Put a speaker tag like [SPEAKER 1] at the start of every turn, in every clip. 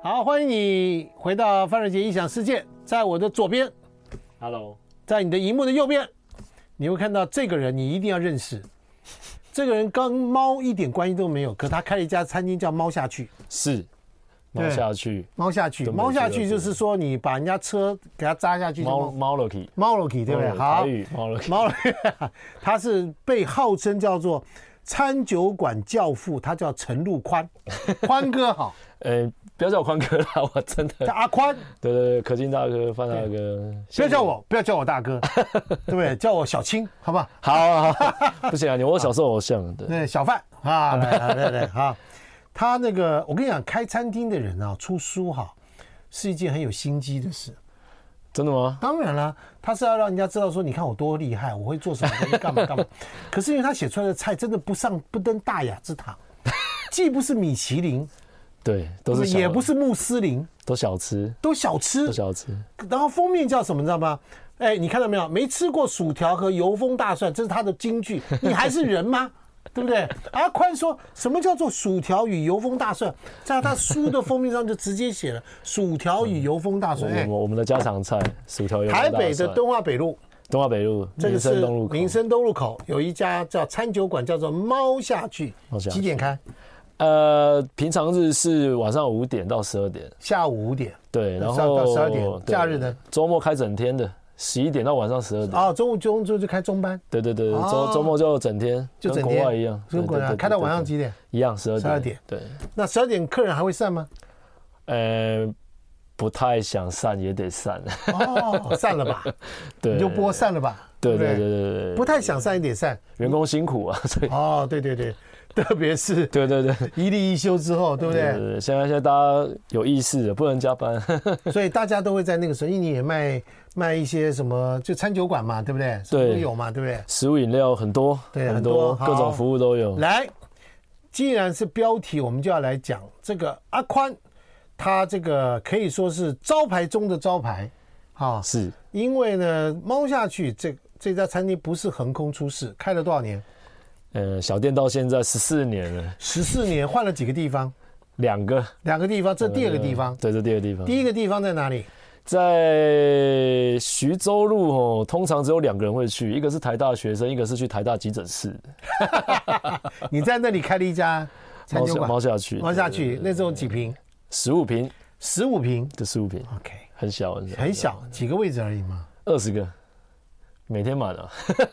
[SPEAKER 1] 好，欢迎你回到范瑞杰异想世界。在我的左边
[SPEAKER 2] ，Hello，
[SPEAKER 1] 在你的荧幕的右边，你会看到这个人，你一定要认识。这个人跟猫一点关系都没有，可他开了一家餐厅叫猫下去。
[SPEAKER 2] 是猫下去，
[SPEAKER 1] 猫下去，猫下去就是说你把人家车给它扎下去，
[SPEAKER 2] 猫了去，
[SPEAKER 1] 猫了去，对不对？好，猫了去，他是被号称叫做餐酒馆教父，他叫陈陆宽，宽哥好。
[SPEAKER 2] 不要叫我宽哥啦，我真的
[SPEAKER 1] 叫阿宽。
[SPEAKER 2] 对对对，可金大哥、范大哥，
[SPEAKER 1] 不要叫我大哥，对不对？叫我小青，好不好？
[SPEAKER 2] 好，不行啊，我小时候偶像，
[SPEAKER 1] 对，小范啊，对，好。他那个，我跟你讲，开餐厅的人啊，出书哈，是一件很有心机的事。
[SPEAKER 2] 真的吗？
[SPEAKER 1] 当然了，他是要让人家知道说，你看我多厉害，我会做什么东西，干嘛。可是因为他写出来的菜真的不登大雅之堂，既不是米其林。
[SPEAKER 2] 对，都是
[SPEAKER 1] 也不是穆斯林，
[SPEAKER 2] 都小吃。
[SPEAKER 1] 然后封面叫什么，你知道吗？你看到没有？没吃过薯条和油封大蒜，这是他的金句。你还是人吗？对不对？阿宽说什么叫做薯条与油封大蒜？在他书的封面上就直接写了薯条与油封大蒜。
[SPEAKER 2] 我们的家常菜，薯条油封大蒜。
[SPEAKER 1] 台北的敦化北路，这个是民生东路口有一家叫餐酒馆，叫做猫下去。几点开？
[SPEAKER 2] 平常日是晚上5点到12点，
[SPEAKER 1] 下午5点，
[SPEAKER 2] 对，然后
[SPEAKER 1] 到12点。假日呢？
[SPEAKER 2] 周末开整天的，11点到晚上12点。
[SPEAKER 1] 哦，中午就开中班。
[SPEAKER 2] 对，周末就整天，跟国外一样，
[SPEAKER 1] 跟国外开到晚上几点？
[SPEAKER 2] 一样12
[SPEAKER 1] 点。
[SPEAKER 2] 对，
[SPEAKER 1] 那12点客人还会散吗？
[SPEAKER 2] 不太想散也得散。
[SPEAKER 1] 哦，散了吧？
[SPEAKER 2] 对，
[SPEAKER 1] 你就播散了吧？
[SPEAKER 2] 对，
[SPEAKER 1] 不太想散也得散，
[SPEAKER 2] 员工辛苦啊，所以
[SPEAKER 1] 对。特别是
[SPEAKER 2] 对
[SPEAKER 1] 一例一休之后，对不对？
[SPEAKER 2] 对，现在大家有意识了，不能加班，
[SPEAKER 1] 所以大家都会在那个时候，因为你也卖一些什么，就餐酒馆嘛，对不对？什么都有嘛，对不对？
[SPEAKER 2] 食物饮料很多，
[SPEAKER 1] 对，
[SPEAKER 2] 很多各种服务都有。
[SPEAKER 1] 来，既然是标题，我们就要来讲这个阿宽，他这个可以说是招牌中的招牌，
[SPEAKER 2] 是
[SPEAKER 1] 因为呢，猫下去这家餐厅不是横空出世，开了多少年？
[SPEAKER 2] 小店到现在14年了
[SPEAKER 1] ，14年换了几个地方？2个地方，这第2个地方。
[SPEAKER 2] 对，这第2个地方。
[SPEAKER 1] 第1个地方在哪里？
[SPEAKER 2] 在徐州路通常只有2个人会去，一个是台大学生，一个是去台大急诊室。
[SPEAKER 1] 你在那里开了一家餐酒馆，
[SPEAKER 2] 猫下去，
[SPEAKER 1] 那时候几平
[SPEAKER 2] ？15平
[SPEAKER 1] ，15平，
[SPEAKER 2] 就15平。
[SPEAKER 1] OK，
[SPEAKER 2] 很小，
[SPEAKER 1] 几个位置而已嘛
[SPEAKER 2] ？20个，每天满了。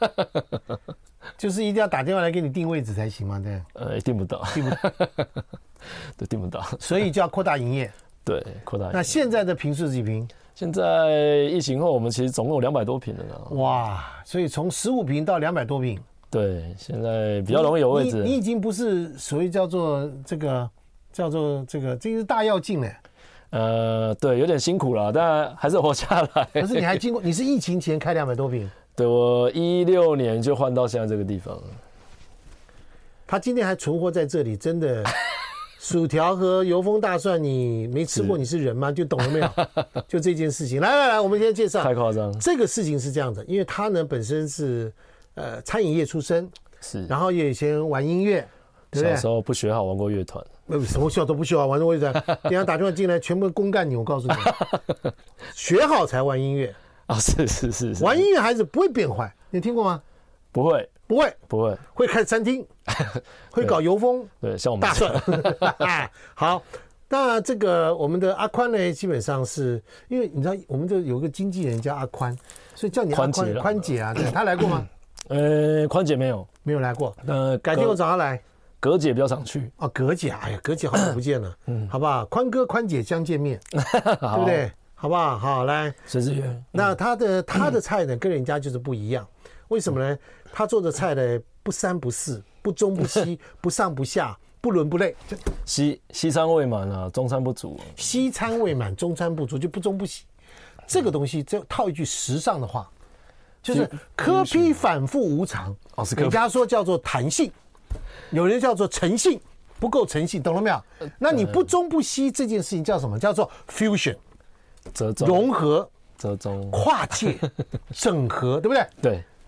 [SPEAKER 1] 就是一定要打电话来给你定位置才行嘛，对。
[SPEAKER 2] 订不到，对，订不到，
[SPEAKER 1] 所以就要扩大营业。
[SPEAKER 2] 对，扩大营业。
[SPEAKER 1] 那现在的坪数几坪？
[SPEAKER 2] 现在疫情后，我们其实总共有200多坪了呢。
[SPEAKER 1] 哇，所以从15坪到200多坪。
[SPEAKER 2] 对，现在比较容易有位置。
[SPEAKER 1] 你已经不是所谓叫做这是大跃进了。
[SPEAKER 2] 对，有点辛苦了，但还是活下来。
[SPEAKER 1] 可是你还经过，你是疫情前开200多坪。
[SPEAKER 2] 对，我16年就换到现在这个地方了。
[SPEAKER 1] 他今天还存活在这里，真的，薯条和油封大蒜，你没吃过，你是人吗？就懂了没有？就这件事情，来，我们先介绍。
[SPEAKER 2] 太夸张。这
[SPEAKER 1] 个事情是这样的，因为他呢本身是餐饮业出身，
[SPEAKER 2] 是，
[SPEAKER 1] 然后也以前玩音乐，对不对？
[SPEAKER 2] 小时候不学好玩过乐团，
[SPEAKER 1] 什么小都不学好玩过乐团，人家打电话进来全部公干你，我告诉你，学好才玩音乐。
[SPEAKER 2] 是，
[SPEAKER 1] 玩音乐孩子不会变坏，你听过吗？
[SPEAKER 2] 不会，
[SPEAKER 1] 会开餐厅，会搞油封，
[SPEAKER 2] 对，像我们
[SPEAKER 1] 大蒜。好，那这个我们的阿宽呢，基本上是因为你知道我们这有个经纪人叫阿宽，所以叫你阿宽姐啊，他来过吗？
[SPEAKER 2] 宽姐没有来过，
[SPEAKER 1] 改天我找他来。
[SPEAKER 2] 葛姐比较常去
[SPEAKER 1] 哦，葛姐，哎呀，葛姐好久不见了，好不好？宽哥宽姐相见面，对不对？好不好？好，来，
[SPEAKER 2] 随之约。
[SPEAKER 1] 那他的菜呢，跟人家就是不一样。为什么呢？他做的菜呢，不三不四，不中不西，不上不下，不伦不类。
[SPEAKER 2] 西餐未满啊，中餐不足。
[SPEAKER 1] 西餐未满，中餐不足，就不中不西。这个东西，就套一句时尚的话，就是柯批反复无常。人家说叫做弹性，有人叫做诚信，不够诚信，懂了没有？那你不中不西这件事情叫什么？叫做 fusion。融合、
[SPEAKER 2] 折中、
[SPEAKER 1] 跨界、整合，对不对？
[SPEAKER 2] 对，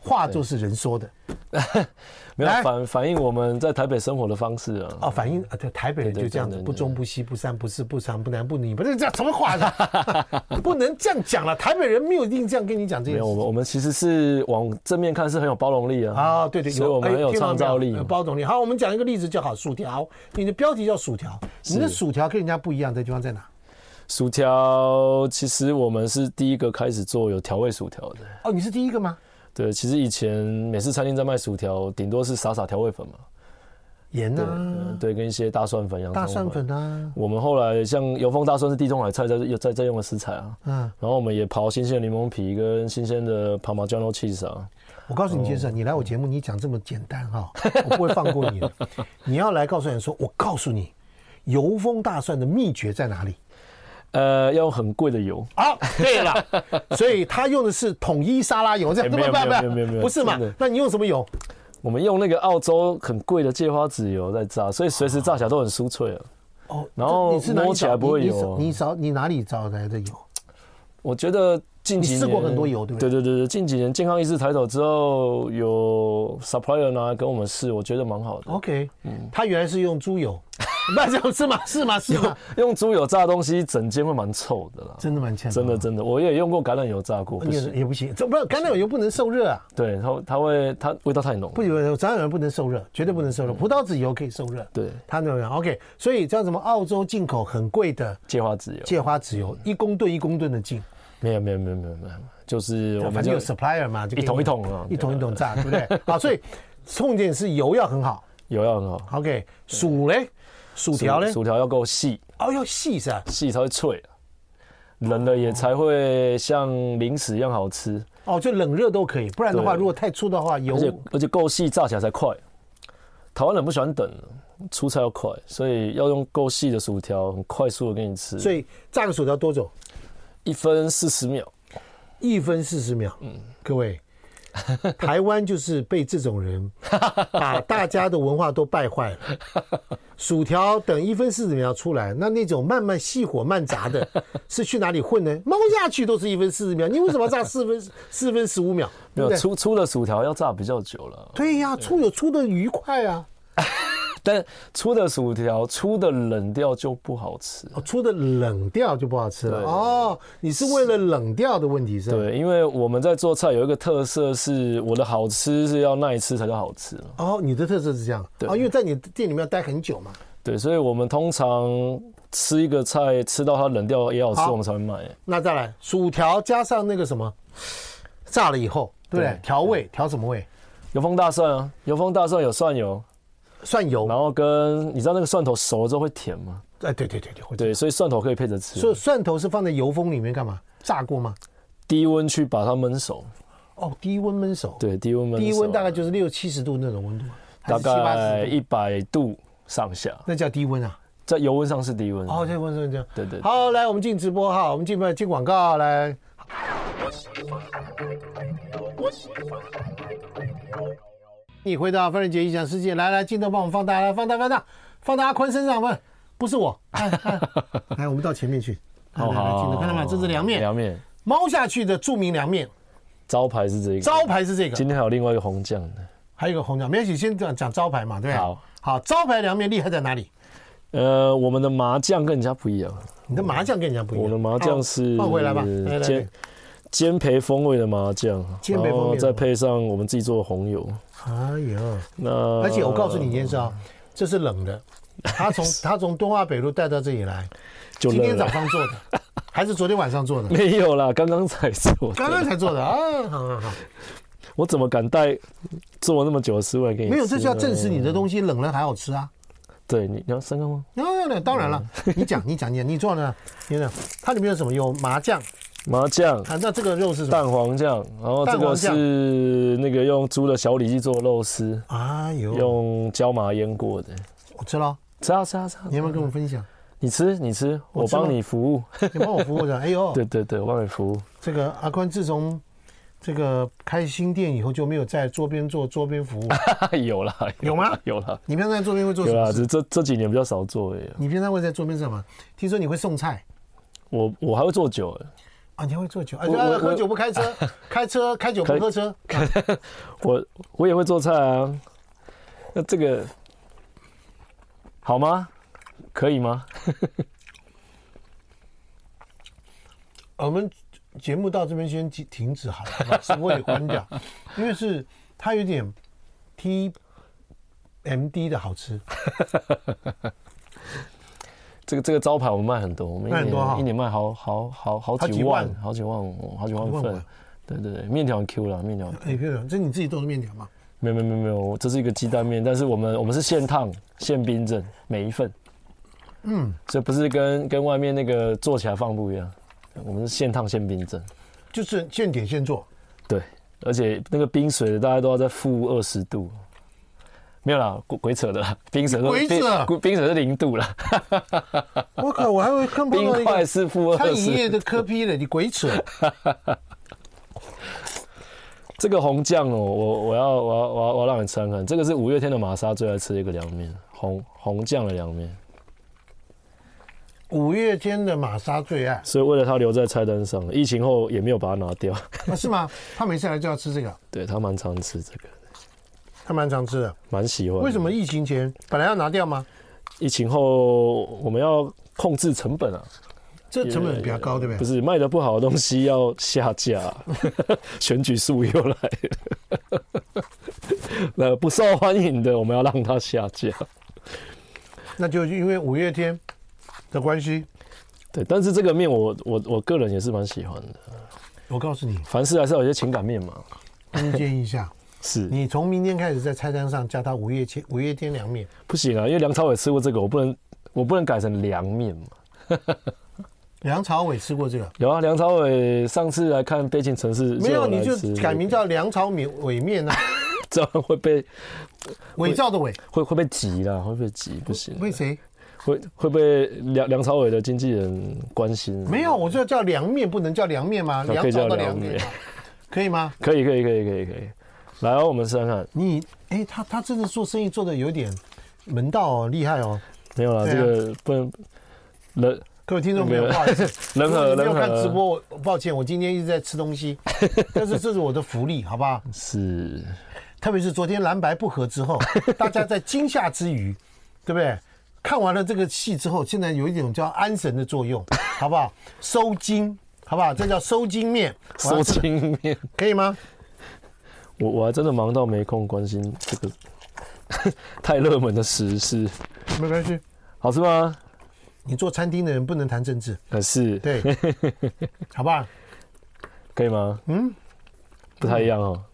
[SPEAKER 1] 话就是人说的。
[SPEAKER 2] 没有反映我们在台北生活的方式啊。
[SPEAKER 1] 哦，反映对台北人就这样子，不中不西不三不四不长不南不女，不是这样什么话呢？不能这样讲了，台北人没有一定这样跟你讲这件事。
[SPEAKER 2] 没有，我们其实是往正面看是很有包容力啊。
[SPEAKER 1] 啊，对，
[SPEAKER 2] 所以我们很有创造力，
[SPEAKER 1] 有包容力。好，我们讲一个例子就好，薯条，你的标题叫薯条，你的薯条跟人家不一样的地方在哪？
[SPEAKER 2] 薯条其实我们是第一个开始做有调味薯条的。
[SPEAKER 1] 哦，你是第一个吗？
[SPEAKER 2] 对，其实以前美式餐厅在卖薯条，顶多是撒调味粉嘛，
[SPEAKER 1] 盐啊，
[SPEAKER 2] 对，跟一些大蒜粉、洋葱粉。大蒜
[SPEAKER 1] 粉啊。
[SPEAKER 2] 我们后来像油封大蒜是地中海菜在用的食材啊，然后我们也刨新鲜的柠檬皮跟新鲜的帕玛加诺 cheese 啊。
[SPEAKER 1] 我告诉你先生，你来我节目，你讲这么简单哈，我不会放过你的。你要来告诉人说，我告诉你，油封大蒜的秘诀在哪里？
[SPEAKER 2] 要用很贵的油
[SPEAKER 1] 啊，对了，所以他用的是统一沙拉油，这样
[SPEAKER 2] 没有，
[SPEAKER 1] 不是嘛？那你用什么油？
[SPEAKER 2] 我们用那个澳洲很贵的芥花籽油在炸，所以随时炸起来都很酥脆啊。哦，然后摸起来不会油。
[SPEAKER 1] 你哪里找来的油？
[SPEAKER 2] 我觉得近几年
[SPEAKER 1] 你试过很多油，对不对？
[SPEAKER 2] 对，近几年健康意识抬头之后，有 supplier 拿跟我们试，我觉得蛮好的。
[SPEAKER 1] OK，他原来是用猪油。那这样是吗？
[SPEAKER 2] 用猪油炸东西，整间会蛮臭的啦。
[SPEAKER 1] 真的蛮呛。
[SPEAKER 2] 真的，我也用过橄榄油炸过，
[SPEAKER 1] 也不行。不是橄榄油不能受热啊。
[SPEAKER 2] 对，它味道太浓。
[SPEAKER 1] 不，橄榄油不能受热，绝对不能受热。葡萄籽油可以受热。
[SPEAKER 2] 对，
[SPEAKER 1] 它那样 OK。所以叫什么？澳洲进口很贵的
[SPEAKER 2] 芥花籽油
[SPEAKER 1] ，1公吨1公吨的进。
[SPEAKER 2] 没有，就是我们
[SPEAKER 1] 反正有 supplier 嘛，就
[SPEAKER 2] 一桶啊，
[SPEAKER 1] 一桶炸，对不对？好，所以重点是油要很好，
[SPEAKER 2] 油要很好。
[SPEAKER 1] OK， 薯条呢？
[SPEAKER 2] 薯条要够细
[SPEAKER 1] 哦，要细是吧？
[SPEAKER 2] 细才会脆，冷了也才会像零食一样好吃。
[SPEAKER 1] 哦，就冷热都可以，不然的话，如果太粗的话，油
[SPEAKER 2] 而且够细，炸起来才快。台湾人不喜欢等，出菜要快，所以要用够细的薯条，很快速的给你吃。
[SPEAKER 1] 所以炸个薯条多久
[SPEAKER 2] ？1分40秒。
[SPEAKER 1] 1分40秒。各位。台湾就是被这种人把大家的文化都败坏了。薯条等1分40秒出来，那种慢慢细火慢炸的，是去哪里混呢？猫下去都是1分40秒，你为什么要炸4分15秒？
[SPEAKER 2] 没有粗的薯条要炸比较久了。
[SPEAKER 1] 对呀，粗有粗的愉快啊。
[SPEAKER 2] 但粗的薯条粗的冷掉就不好吃。
[SPEAKER 1] 哦，粗的冷掉就不好吃了。哦，你是为了冷掉的问题是吧？
[SPEAKER 2] 对，因为我们在做菜有一个特色是，我的好吃是要耐吃才叫好吃。
[SPEAKER 1] 哦，你的特色是这样。对，因为在你店里面要待很久嘛。对，
[SPEAKER 2] 所以我们通常吃一个菜吃到它冷掉也好吃，我们才会卖。
[SPEAKER 1] 那再来，薯条加上那个什么，炸了以后，对不对？调味调什么味？
[SPEAKER 2] 油封大蒜啊，油封大蒜有蒜油。
[SPEAKER 1] 蒜油，
[SPEAKER 2] 然后跟你知道那个蒜头熟了之后会甜吗？
[SPEAKER 1] 哎，对，
[SPEAKER 2] 所以蒜头可以配着吃。
[SPEAKER 1] 所以蒜头是放在油封里面干嘛？炸过吗？
[SPEAKER 2] 低温去把它焖熟。
[SPEAKER 1] 哦，低温焖熟。
[SPEAKER 2] 对，低温焖熟。
[SPEAKER 1] 低温大概就是60、70度那种温度，
[SPEAKER 2] 大概100度上下。
[SPEAKER 1] 那叫低温啊？
[SPEAKER 2] 在油温上是低温。
[SPEAKER 1] 哦，在温上这样。
[SPEAKER 2] 对。
[SPEAKER 1] 好，来我们进直播哈，我们进广告来。你回到范仁杰异想世界，来，镜头帮我们放大，来放大阿坤身上，不是我，来，我们到前面去，好，镜头看到吗？这是凉面，猫下去的著名凉面，
[SPEAKER 2] 招牌是这个，今天还有另外一个红酱的，
[SPEAKER 1] 还有一个红酱，没关系，先讲招牌嘛，对不对？好，招牌凉面厉害在哪里？
[SPEAKER 2] 我们的麻酱跟人家不一样，
[SPEAKER 1] 你的麻酱跟人家不一样，
[SPEAKER 2] 我的麻酱是
[SPEAKER 1] 放回来吧，
[SPEAKER 2] 煎培风味的麻酱，然后再配上我们自己做的红油。
[SPEAKER 1] 哎呦，而且我告诉你一件事啊，这是冷的，他从东华北路带到这里来，今天早上做的，还是昨天晚上做的？
[SPEAKER 2] 没有啦，刚刚才做
[SPEAKER 1] 的啊，好。
[SPEAKER 2] 我怎么敢带做了那么久的食物来给你吃？
[SPEAKER 1] 没有，这就要证实你的东西冷了还好吃啊。
[SPEAKER 2] 对，你要三个吗？
[SPEAKER 1] 要，当然了，你讲，你做呢？它里面有什么？有麻酱。啊，那这个肉是什么？
[SPEAKER 2] 蛋黄酱，然后这个是那个用猪的小里脊做的肉丝，用椒麻腌过的。
[SPEAKER 1] 我吃了，
[SPEAKER 2] 吃。
[SPEAKER 1] 你要不要跟我分享？
[SPEAKER 2] 你吃，我帮你服务。
[SPEAKER 1] 你帮我服务的，哎呦，
[SPEAKER 2] 对，我帮你服务。
[SPEAKER 1] 这个阿宽自从这个开新店以后就没有在桌边做桌边服务。
[SPEAKER 2] 有啦，
[SPEAKER 1] 有吗？
[SPEAKER 2] 有啦。
[SPEAKER 1] 你平常在桌边会做什么？有
[SPEAKER 2] 啦，这几年比较少做而已。
[SPEAKER 1] 你平常会在桌边什么？听说你会送菜。
[SPEAKER 2] 我还会做酒。
[SPEAKER 1] 啊，你还会做酒？喝酒不开车，开酒不喝车。
[SPEAKER 2] 我也会做菜啊。那这个好吗？可以吗？
[SPEAKER 1] 我们节目到这边先停止好了，把直播也关掉，因为是它有点 TMD 的好吃。
[SPEAKER 2] 这个招牌我们卖很多，我们一年卖好几万份。对，面条很 Q 啦，面条。
[SPEAKER 1] 这你自己做的面条吗？
[SPEAKER 2] 没有，这是一个鸡蛋面，但是我们是现烫现冰镇，每一份。所以不是跟外面那个做起来放不一样，我们是现烫现冰镇，
[SPEAKER 1] 就是现点现做。
[SPEAKER 2] 对，而且那个冰水大家都要在-20度。没有啦，鬼扯的啦，冰水是0度啦。
[SPEAKER 1] 我靠，我还会看不到
[SPEAKER 2] 冰块是-20。
[SPEAKER 1] 餐饮业的科批了，你鬼扯。
[SPEAKER 2] 这个红酱哦，我要让你吃看看，这个是五月天的玛莎最爱吃的一个凉面，红酱的凉面。
[SPEAKER 1] 五月天的玛莎最爱，
[SPEAKER 2] 所以为了他留在菜单上，疫情后也没有把它拿掉。
[SPEAKER 1] 是吗？他每次来就要吃这个？
[SPEAKER 2] 对，他蛮常吃这个。
[SPEAKER 1] 他蛮常吃的，
[SPEAKER 2] 蛮喜欢。
[SPEAKER 1] 为什么疫情前本来要拿掉吗？
[SPEAKER 2] 疫情后我们要控制成本啊，
[SPEAKER 1] 这成本比较高，对不对？
[SPEAKER 2] 不是卖的不好的东西要下架，选举数又来了，那不受欢迎的我们要让它下架。
[SPEAKER 1] 那就因为五月天的关系，
[SPEAKER 2] 对。但是这个面我个人也是蛮喜欢的。
[SPEAKER 1] 我告诉你，
[SPEAKER 2] 凡事还是要有些情感面嘛。
[SPEAKER 1] 跟你建议一下。
[SPEAKER 2] 是
[SPEAKER 1] 你从明天开始在菜单上加它五月天凉面，
[SPEAKER 2] 不行啊，因为梁朝伟吃过这个，我不能改成凉面嘛。
[SPEAKER 1] 梁朝伟吃过这个？
[SPEAKER 2] 有啊，梁朝伟上次来看《悲情城市》，
[SPEAKER 1] 没有你就改名叫梁朝伟面啊，
[SPEAKER 2] 这样会被
[SPEAKER 1] 伪造的伪，
[SPEAKER 2] 会被挤啦，会被挤，不行。
[SPEAKER 1] 被谁？
[SPEAKER 2] 会被梁朝伟的经纪人关心。
[SPEAKER 1] 没有，我就叫凉面，不能叫凉面吗？
[SPEAKER 2] 可以叫凉面，
[SPEAKER 1] 可以吗？
[SPEAKER 2] 可以。来哦，我们试看看。
[SPEAKER 1] 他真的做生意做的有点门道哦，厉害哦。
[SPEAKER 2] 没有啦，这个不能
[SPEAKER 1] 各位听众朋友，不好意思，
[SPEAKER 2] 人和
[SPEAKER 1] 没有看直播，抱歉，我今天一直在吃东西，但是这是我的福利，好不好？
[SPEAKER 2] 是，
[SPEAKER 1] 特别是昨天蓝白不合之后，大家在惊吓之余，对不对？看完了这个戏之后，现在有一种叫安神的作用，好不好？收惊，好不好？这叫收惊面，
[SPEAKER 2] 收惊面
[SPEAKER 1] 可以吗？
[SPEAKER 2] 我还真的忙到没空关心这个太热门的时事。
[SPEAKER 1] 没关系，
[SPEAKER 2] 好吃吗？
[SPEAKER 1] 你做餐厅的人不能谈政治，
[SPEAKER 2] 是，
[SPEAKER 1] 对，好不好？
[SPEAKER 2] 可以吗？不太一样哦。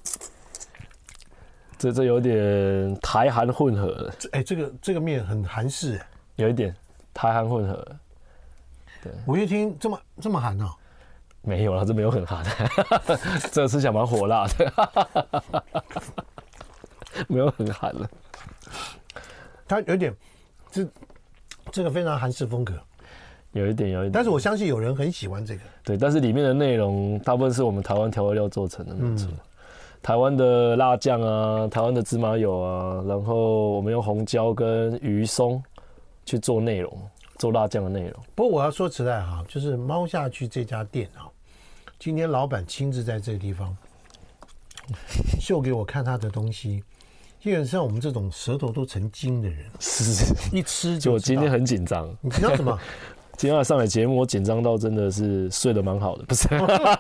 [SPEAKER 2] 这有点台韩混合了。
[SPEAKER 1] 这个面很韩式，
[SPEAKER 2] 有一点台韩混合。对，
[SPEAKER 1] 五月天这么韩哦。
[SPEAKER 2] 没有啦，这没有很寒，这个吃起来蛮火辣的，没有很寒了。
[SPEAKER 1] 它有点，这个非常韩式风格，
[SPEAKER 2] 有一点。
[SPEAKER 1] 但是我相信有人很喜欢这个。
[SPEAKER 2] 对，但是里面的内容大部分是我们台湾调味料做成的，没错。台湾的辣酱啊，台湾的芝麻油啊，然后我们用红椒跟鱼松去做内容。做辣酱的内容。
[SPEAKER 1] 不过我要说实在哈，就是猫下去这家店啊，今天老板亲自在这个地方秀给我看他的东西。基本上我们这种舌头都成精的人，
[SPEAKER 2] 是
[SPEAKER 1] 一吃就。
[SPEAKER 2] 我今天很紧张。
[SPEAKER 1] 你紧张什么？
[SPEAKER 2] 今天要上来节目，我紧张到真的是睡得蛮好的，不是？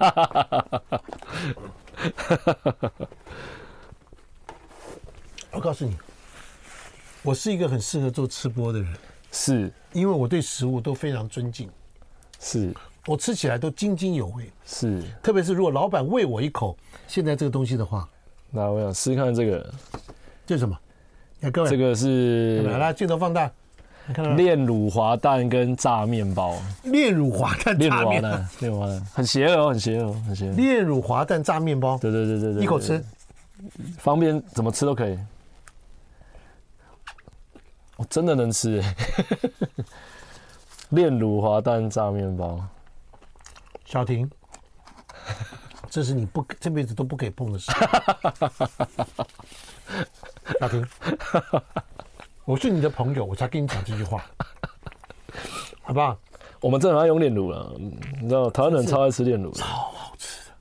[SPEAKER 1] 我告诉你，我是一个很适合做吃播的人。
[SPEAKER 2] 是，
[SPEAKER 1] 因为我对食物都非常尊敬，
[SPEAKER 2] 是
[SPEAKER 1] 我吃起来都津津有味，
[SPEAKER 2] 是，
[SPEAKER 1] 特别是如果老板喂我一口现在这个东西的话，
[SPEAKER 2] 那我想试试看这个，
[SPEAKER 1] 这是什么？各位，
[SPEAKER 2] 这个是
[SPEAKER 1] 来镜头放大，你看到
[SPEAKER 2] 炼乳滑蛋跟炸面包，
[SPEAKER 1] 炼乳滑蛋炸面包，
[SPEAKER 2] 炼乳滑蛋很邪恶，很邪恶，很邪恶。
[SPEAKER 1] 炼乳滑蛋炸面包，
[SPEAKER 2] 对，
[SPEAKER 1] 一口吃，
[SPEAKER 2] 方便怎么吃都可以。我真的能吃炼乳滑蛋炸面包。
[SPEAKER 1] 小婷，这是你这辈子都不可以碰的事。小婷，我是你的朋友，我才跟你讲这句话，好不好？
[SPEAKER 2] 我们真的很爱用炼乳了，你知道台湾人超爱吃炼乳，
[SPEAKER 1] 超好吃的。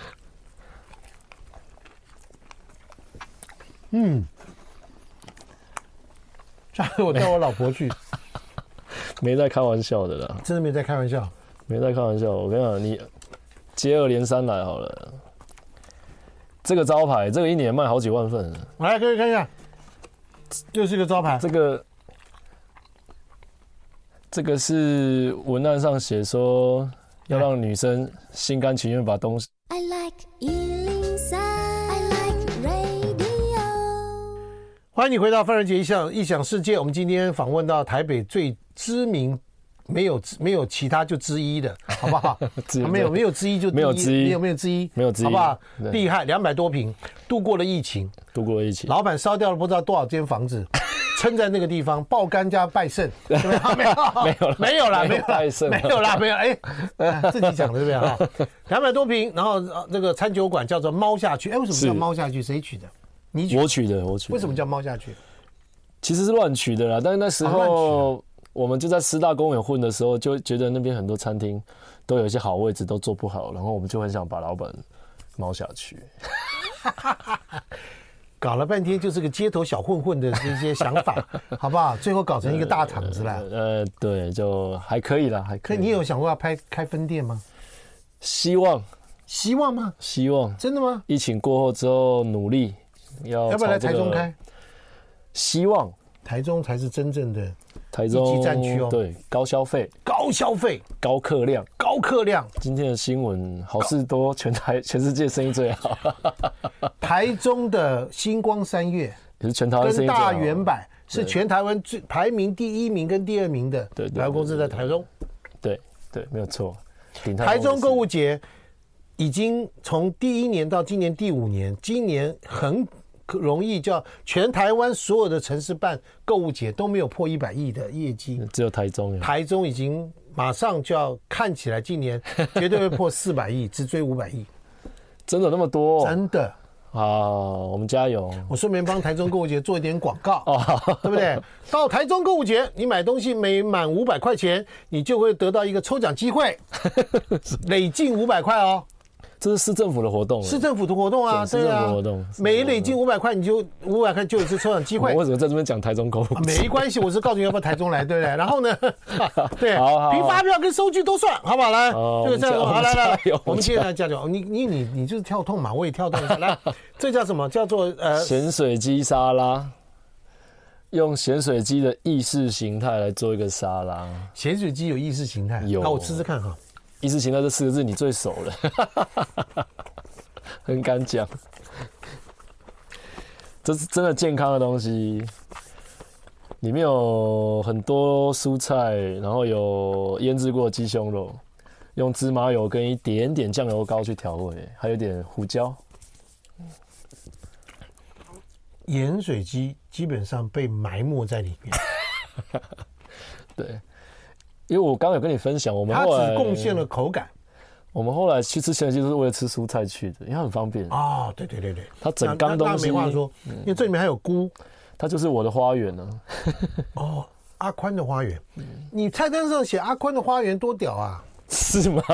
[SPEAKER 1] 下次我带我老婆去，
[SPEAKER 2] 没在开玩笑的啦，
[SPEAKER 1] 真的没在开玩笑，
[SPEAKER 2] 没在开玩笑。我跟你讲，你接二连三来好了，这个招牌，这个一年卖好几万份。
[SPEAKER 1] 来，各位看一下，又是一个招牌。
[SPEAKER 2] 这个是文案上写说要让女生心甘情愿把东西。I like 103, I like radio。
[SPEAKER 1] 欢迎你回到范仁杰异想世界。我们今天访问到台北最知名，没有其他就之一的，好不好？没有之一就第一，没有之一，好不好？厉害，200多坪，度过了疫情，老板烧掉了不知道多少间房子。撑在那个地方，爆肝加拜肾，对不对？没有啦，自己讲的对不对啊？200多坪，然后那个餐酒馆叫做猫下去，为什么叫猫下去？谁取的？你取的？
[SPEAKER 2] 我取的。
[SPEAKER 1] 为什么叫猫下去？
[SPEAKER 2] 其实是乱取的啦，但是那时候我们就在师大公园混的时候，就觉得那边很多餐厅都有一些好位置都做不好，然后我们就很想把老板猫下去。
[SPEAKER 1] 搞了半天就是个街头小混混的这些想法，好不好？最后搞成一个大厂子了。
[SPEAKER 2] 对，就还可以啦，还可以。
[SPEAKER 1] 你有想过要开分店吗？
[SPEAKER 2] 希望
[SPEAKER 1] 吗？
[SPEAKER 2] 希望。
[SPEAKER 1] 真的吗？
[SPEAKER 2] 疫情过后之后努力要
[SPEAKER 1] 不要来台中开？
[SPEAKER 2] 希望
[SPEAKER 1] 台中才是真正的
[SPEAKER 2] 台中
[SPEAKER 1] 一级战区哦。
[SPEAKER 2] 对，高消费、高客量。今天的新闻，好事多，全世界生意最好。
[SPEAKER 1] 台中的星光三月
[SPEAKER 2] 也是全台湾生意最好。
[SPEAKER 1] 跟大圆柏是全台湾排名第1名跟第2名的百货公司在台中。
[SPEAKER 2] 对，没有错。
[SPEAKER 1] 台中购物节已经从第1年到今年第5年，今年很容易叫全台湾所有的城市办购物节都没有破100亿的业绩，
[SPEAKER 2] 只有台中。
[SPEAKER 1] 台中已经马上就要看起来今年绝对会破400亿，只追500亿。
[SPEAKER 2] 真的那么多？
[SPEAKER 1] 真的。
[SPEAKER 2] 好，我们加油！
[SPEAKER 1] 我顺便帮台中购物节做一点广告，对不对？到台中购物节，你买东西每满500块钱，你就会得到一个抽奖机会，累进500块哦。
[SPEAKER 2] 这是市政府的活动，
[SPEAKER 1] 市政府的活动啊，对啊，
[SPEAKER 2] 活动，
[SPEAKER 1] 每累进500块，你就500块就有一次抽奖机会。
[SPEAKER 2] 我为什么在这边讲台中购物？
[SPEAKER 1] 没关系，我是告诉你要不要台中来，对不对？然后呢，对，凭发票跟收据都算，好不好？来，就这样，好，来，我们接下来加油。你就是跳痛嘛，我也跳痛一下。来，这叫什么？叫做
[SPEAKER 2] 咸水鸡沙拉。用咸水鸡的意识形态来做一个沙拉。
[SPEAKER 1] 咸水鸡有意识形态？有。好，我吃吃看哈。
[SPEAKER 2] 意识形态这4个字你最熟了，很敢讲。这是真的健康的东西，里面有很多蔬菜，然后有腌制过的鸡胸肉，用芝麻油跟一点点酱油膏去调味，还有点胡椒。
[SPEAKER 1] 盐水鸡基本上被埋没在里面。
[SPEAKER 2] 对。因为我刚刚有跟你分享，我们后来
[SPEAKER 1] 它只贡献了口感。
[SPEAKER 2] 我们后来去吃咸水鸡就是为了吃蔬菜去的，因为它很方便。
[SPEAKER 1] 哦，对，
[SPEAKER 2] 它整缸东西
[SPEAKER 1] 那没话说，因为这里面还有菇，
[SPEAKER 2] 它就是我的花园呢。
[SPEAKER 1] 哦，阿宽的花园，你菜单上写阿宽的花园多屌啊？
[SPEAKER 2] 是吗？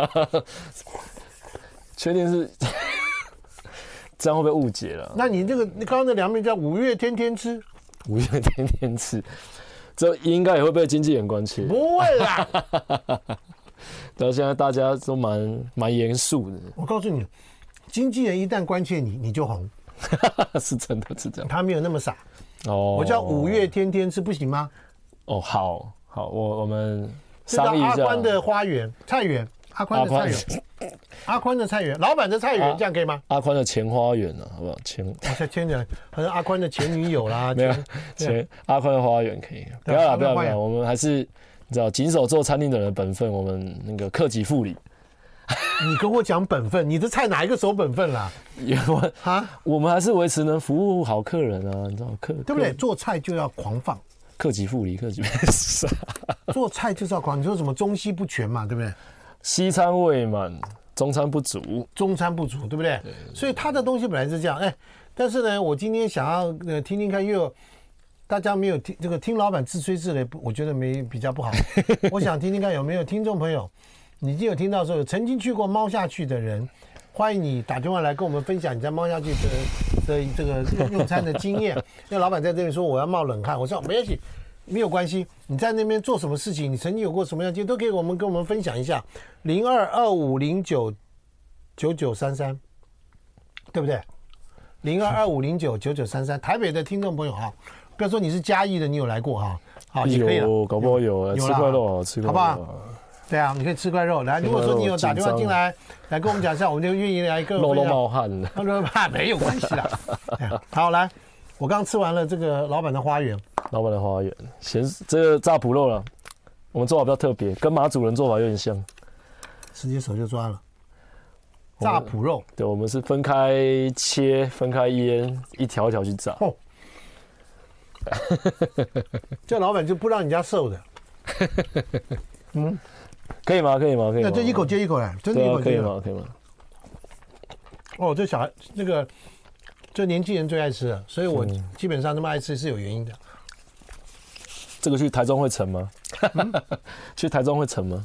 [SPEAKER 2] 确定是这样会被误解了？
[SPEAKER 1] 那你刚刚的凉面叫5月天天吃
[SPEAKER 2] ，5月天天吃。这应该也会被经纪人关切，
[SPEAKER 1] 不会啦。
[SPEAKER 2] 到现在大家都蛮严肃的。
[SPEAKER 1] 我告诉你，经纪人一旦关切你，你就红。
[SPEAKER 2] 是真的是这样，
[SPEAKER 1] 他没有那么傻。
[SPEAKER 2] 哦，
[SPEAKER 1] 我叫5月天天吃不行吗？
[SPEAKER 2] 哦，好，我们商议一下。
[SPEAKER 1] 阿宽的花园菜园，阿宽的菜园。阿宽的菜园，老板的菜园，这样可以吗？
[SPEAKER 2] 阿宽的前花园啊，好不好？
[SPEAKER 1] 前人好像阿宽的前女友啦，
[SPEAKER 2] 没有阿宽的花园可以，不要啦，我们还是你知道谨守做餐厅的人的本分，我们那个克己复礼。
[SPEAKER 1] 你跟我讲本分，你的菜哪一个守本分啦？
[SPEAKER 2] 我们还是维持能服务好客人啊，你知道
[SPEAKER 1] 对不对？做菜就要狂放，
[SPEAKER 2] 克己复礼，
[SPEAKER 1] 做菜就是要狂，你说什么中西不全嘛，对不对？
[SPEAKER 2] 西餐未满，中餐不足，
[SPEAKER 1] 对不对？所以他的东西本来是这样，但是呢，我今天想要听听看，又大家没有听这个听老板自吹自擂，我觉得比较不好。我想听听看有没有听众朋友，你已经有听到说有曾经去过猫下去的人，欢迎你打电话来跟我们分享你在猫下去的这个用餐的经验。那老板在这里说我要冒冷汗，我说没关系，没有关系。你在那边做什么事情？你曾经有过什么样的经验，都可以跟我们分享一下。0225099933，对不对？0225099933，台北的听众朋友哈。不要说你是嘉义的，你有来过哈，好也可以了。
[SPEAKER 2] 有，搞不好有吃块肉，吃块肉，好不好？
[SPEAKER 1] 对啊，你可以吃块肉。来，如果说你有打电话进来，来跟我们讲一下，我们就愿意来跟
[SPEAKER 2] 肉冒汗了。
[SPEAKER 1] 没有关系啦。好，来，我刚吃完了这个老板的花园。
[SPEAKER 2] 老板的花园，这个炸脯肉了，我们做法比较特别，跟马主人做法有点像。
[SPEAKER 1] 直接手就抓了。炸脯肉，
[SPEAKER 2] 对，我们是分开切，分开腌，一条一条去炸。哦。
[SPEAKER 1] 这老板就不让人家瘦的，
[SPEAKER 2] 可以吗？可以吗？可以吗？
[SPEAKER 1] 那这一口接一口来，真的一口接一口，
[SPEAKER 2] 可以吗？
[SPEAKER 1] 哦，这小孩这年轻人最爱吃的，所以我基本上那么爱吃是有原因的。
[SPEAKER 2] 这个去台中会成吗？去台中会成吗？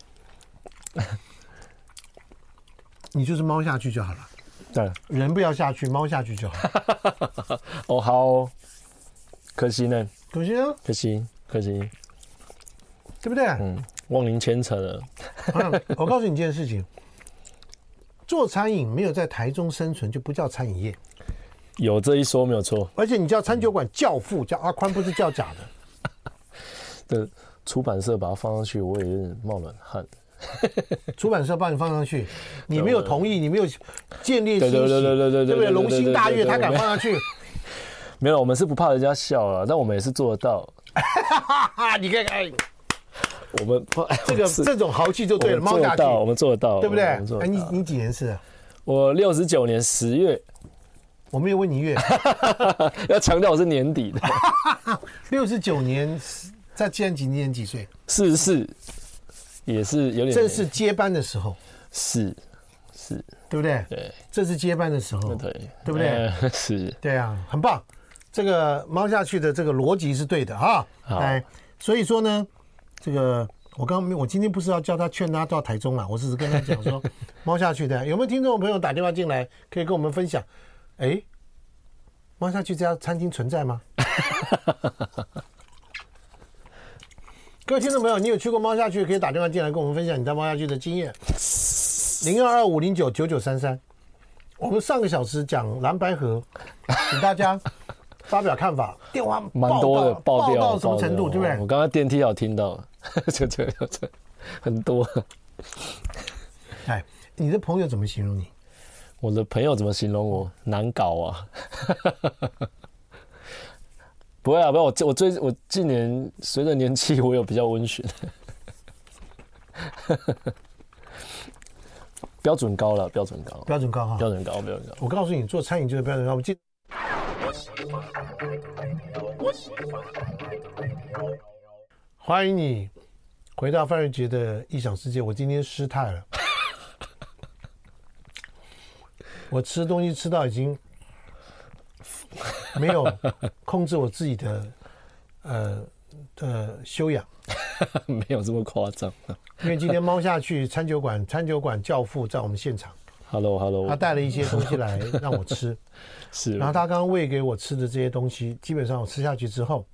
[SPEAKER 1] 你就是猫下去就好了，
[SPEAKER 2] 对，
[SPEAKER 1] 人不要下去，猫下去就好。
[SPEAKER 2] 哦，好哦。可惜呢，
[SPEAKER 1] 可惜啊，
[SPEAKER 2] 可惜，
[SPEAKER 1] 对不对？
[SPEAKER 2] 望您千层了。
[SPEAKER 1] 我告诉你一件事情，做餐饮没有在台中生存，就不叫餐饮业。
[SPEAKER 2] 有这一说没有错。
[SPEAKER 1] 而且你叫餐酒馆教父，叫阿宽，不是叫假的。
[SPEAKER 2] 的出版社把它放上去，我也有点冒冷汗。
[SPEAKER 1] 出版社帮你放上去，你没有同意，你没有建立欣喜，
[SPEAKER 2] 对不
[SPEAKER 1] 对？龙心大悦，他敢放上去。
[SPEAKER 2] 没有，我们是不怕人家笑啊，但我们也是做得到。
[SPEAKER 1] 你看看，
[SPEAKER 2] 我们
[SPEAKER 1] 这种豪气就对了，猫下去，
[SPEAKER 2] 我们做得到，
[SPEAKER 1] 对不对？哎，你几年是？
[SPEAKER 2] 我69年10月。
[SPEAKER 1] 我没有问你月，
[SPEAKER 2] 要强调我是年底的。
[SPEAKER 1] 69年，在现在几年几岁
[SPEAKER 2] ？44，也是有点。
[SPEAKER 1] 正是接班的时候。
[SPEAKER 2] 是。
[SPEAKER 1] 对不对？
[SPEAKER 2] 对，
[SPEAKER 1] 这是接班的时候，
[SPEAKER 2] 对
[SPEAKER 1] 不对？
[SPEAKER 2] 是，
[SPEAKER 1] 对啊，很棒。这个猫下去的这个逻辑是对的哈。哎，所以说呢，这个我今天不是要叫他劝他到台中啦，我只是跟他讲说，猫下去的有没有听众朋友打电话进来，可以跟我们分享？哎，猫下去这家餐厅存在吗？各位听众朋友，你有去过猫下去，可以打电话进来跟我们分享你在猫下去的经验。0225099933，我们上个小时讲蓝白河，请大家发表看法。电话
[SPEAKER 2] 蛮多的，爆
[SPEAKER 1] 到什么程度，对不对？
[SPEAKER 2] 我刚刚电梯有听到，这很多。
[SPEAKER 1] 哎，你的朋友怎么形容你？
[SPEAKER 2] 我的朋友怎么形容我？难搞啊！不会啊，不会，我近年随着年纪，我有比较温驯。标准高了，标准高哈，
[SPEAKER 1] 标准高。我告诉你，做餐饮就是标准高。欢迎你回到范瑞杰的异想世界。我今天失态了，我吃东西吃到已经没有控制我自己的修养。
[SPEAKER 2] 没有这么夸张。
[SPEAKER 1] 因为今天猫下去餐酒馆教父在我们现场。
[SPEAKER 2] Hello，
[SPEAKER 1] 他带了一些东西来让我吃，
[SPEAKER 2] 是。
[SPEAKER 1] 然后他刚刚喂给我吃的这些东西，基本上我吃下去之后，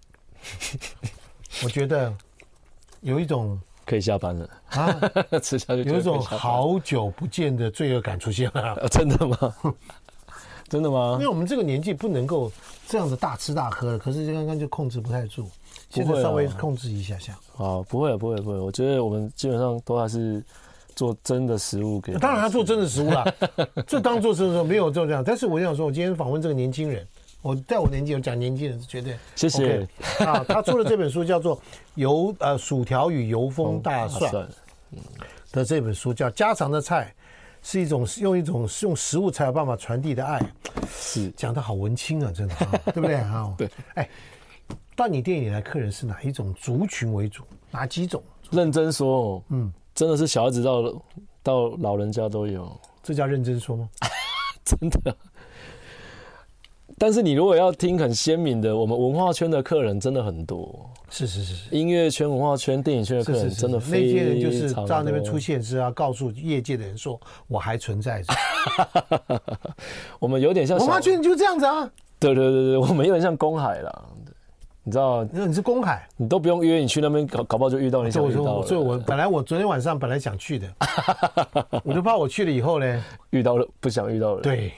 [SPEAKER 1] 我觉得有一种
[SPEAKER 2] 可以下班了啊，吃下去
[SPEAKER 1] 有一种好久不见的罪恶感出现了。
[SPEAKER 2] 真的吗？真的吗？
[SPEAKER 1] 因为我们这个年纪不能够这样子大吃大喝了，可是刚刚就控制不太住。现在稍微控制一下下。
[SPEAKER 2] 不会。我觉得我们基本上都还是做真的食物给。
[SPEAKER 1] 当然，他做真的食物啦，这当做是没有这样。但是我想说，我今天访问这个年轻人，我在我年纪有讲年轻人是绝对。
[SPEAKER 2] 谢谢。
[SPEAKER 1] 啊，他出了这本书叫做《薯条与油封大蒜》的这本书，叫家常的菜，是用食物才有办法传递的爱。
[SPEAKER 2] 是
[SPEAKER 1] 讲得好文青啊，真的，对不对啊？
[SPEAKER 2] 对。
[SPEAKER 1] 哎。到你店里来客人是哪一种族群为主？哪几种？
[SPEAKER 2] 认真说，真的是小孩子到老人家都有。
[SPEAKER 1] 这叫认真说吗？
[SPEAKER 2] 真的， 但是你如果要听很鲜明的，我们文化圈的客人真的很多，
[SPEAKER 1] 是，
[SPEAKER 2] 音乐圈、文化圈、电影圈的客人真的非常多。
[SPEAKER 1] 那些人就是到那边出现是要告诉业界的人说，我还存在着。
[SPEAKER 2] 我们有点像
[SPEAKER 1] 文化圈就这样子啊。
[SPEAKER 2] 对，我们有点像公海啦。你知道，
[SPEAKER 1] 你是公海，
[SPEAKER 2] 你都不用约，你去那边搞不好就遇到你想遇到的。
[SPEAKER 1] 所以我本来昨天晚上本来想去的，我就怕我去了以后呢，
[SPEAKER 2] 遇到了不想遇到的。
[SPEAKER 1] 对，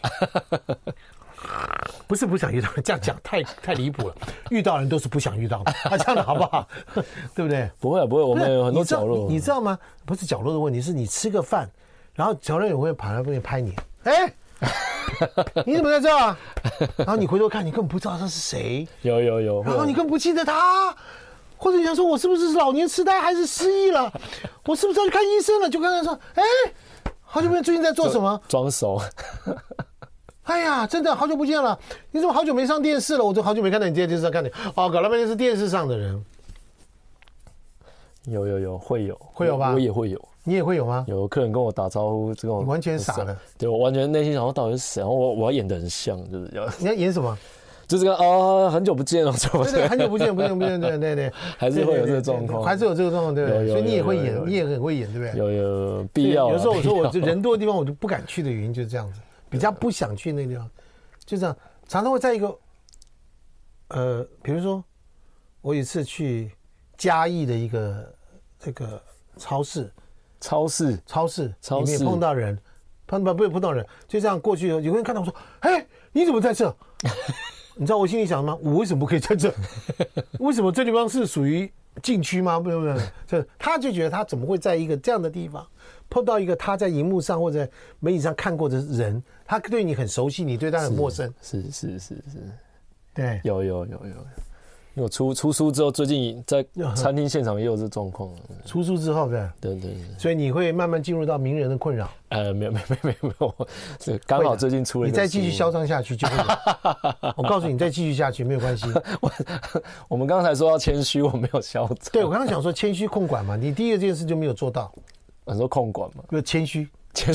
[SPEAKER 1] 不是不想遇到，这样讲太离谱了。遇到人都是不想遇到的，这样的好不好？对不对？
[SPEAKER 2] 不会，我们有很多角落，
[SPEAKER 1] 你知道吗？不是角落的问题，是你吃个饭，然后角落有人会跑来那边拍你，哎。你怎么在这啊？然后你回头看，你根本不知道他是谁。
[SPEAKER 2] 有。
[SPEAKER 1] 然后你根本不记得他，或者你想说，我是不是老年痴呆还是失忆了？我是不是要去看医生了？就跟他说，哎，好久不见，最近在做什么？
[SPEAKER 2] 装熟。
[SPEAKER 1] 哎呀，真的好久不见了！你怎么好久没上电视了？我都好久没看到你在电视上看你。哦，搞了半天是电视上的人。
[SPEAKER 2] 有，会有
[SPEAKER 1] 吧？
[SPEAKER 2] 我也会有。
[SPEAKER 1] 你也会有吗？
[SPEAKER 2] 有客人跟我打招呼，这种
[SPEAKER 1] 你完全傻了。
[SPEAKER 2] 对，我完全内心想说到底是谁？然后我要演得很像，就是要
[SPEAKER 1] 你要演什么？
[SPEAKER 2] 就是很久不见了，
[SPEAKER 1] 对，很久不见，对，
[SPEAKER 2] 还是会有这个状况，
[SPEAKER 1] 还是有这个状况，对不对？所以你也会演，你也很会演，对不对？
[SPEAKER 2] 有必要。
[SPEAKER 1] 有时候我说我人多的地方我就不敢去的原因就是这样子，比较不想去那个地方，就这样，常常会在一个比如说我有一次去嘉义的一个这个超市里面碰到人，不是碰到人，就这样过去，有个人看到我说：“哎，你怎么在这？”你知道我心里想吗？我为什么不可以在这？为什么这地方是属于禁区吗？不，这他就觉得他怎么会在一个这样的地方碰到一个他在荧幕上或者媒体上看过的人，他对你很熟悉，你对他很陌生。
[SPEAKER 2] 是，
[SPEAKER 1] 对，
[SPEAKER 2] 有。因为我出书之后，最近在餐厅现场也有这状况。
[SPEAKER 1] 出书之后，对，所以你会慢慢进入到名人的困扰。
[SPEAKER 2] 没有，刚好最近出了一个。
[SPEAKER 1] 你再继续嚣张下去就会有。我告诉你，再继续下去没有关系。
[SPEAKER 2] 我们刚才说要谦虚，我没有嚣张。
[SPEAKER 1] 对，我刚刚想说谦虚控管嘛，你第一件事就没有做到。
[SPEAKER 2] 你说控管嘛？
[SPEAKER 1] 就谦虚。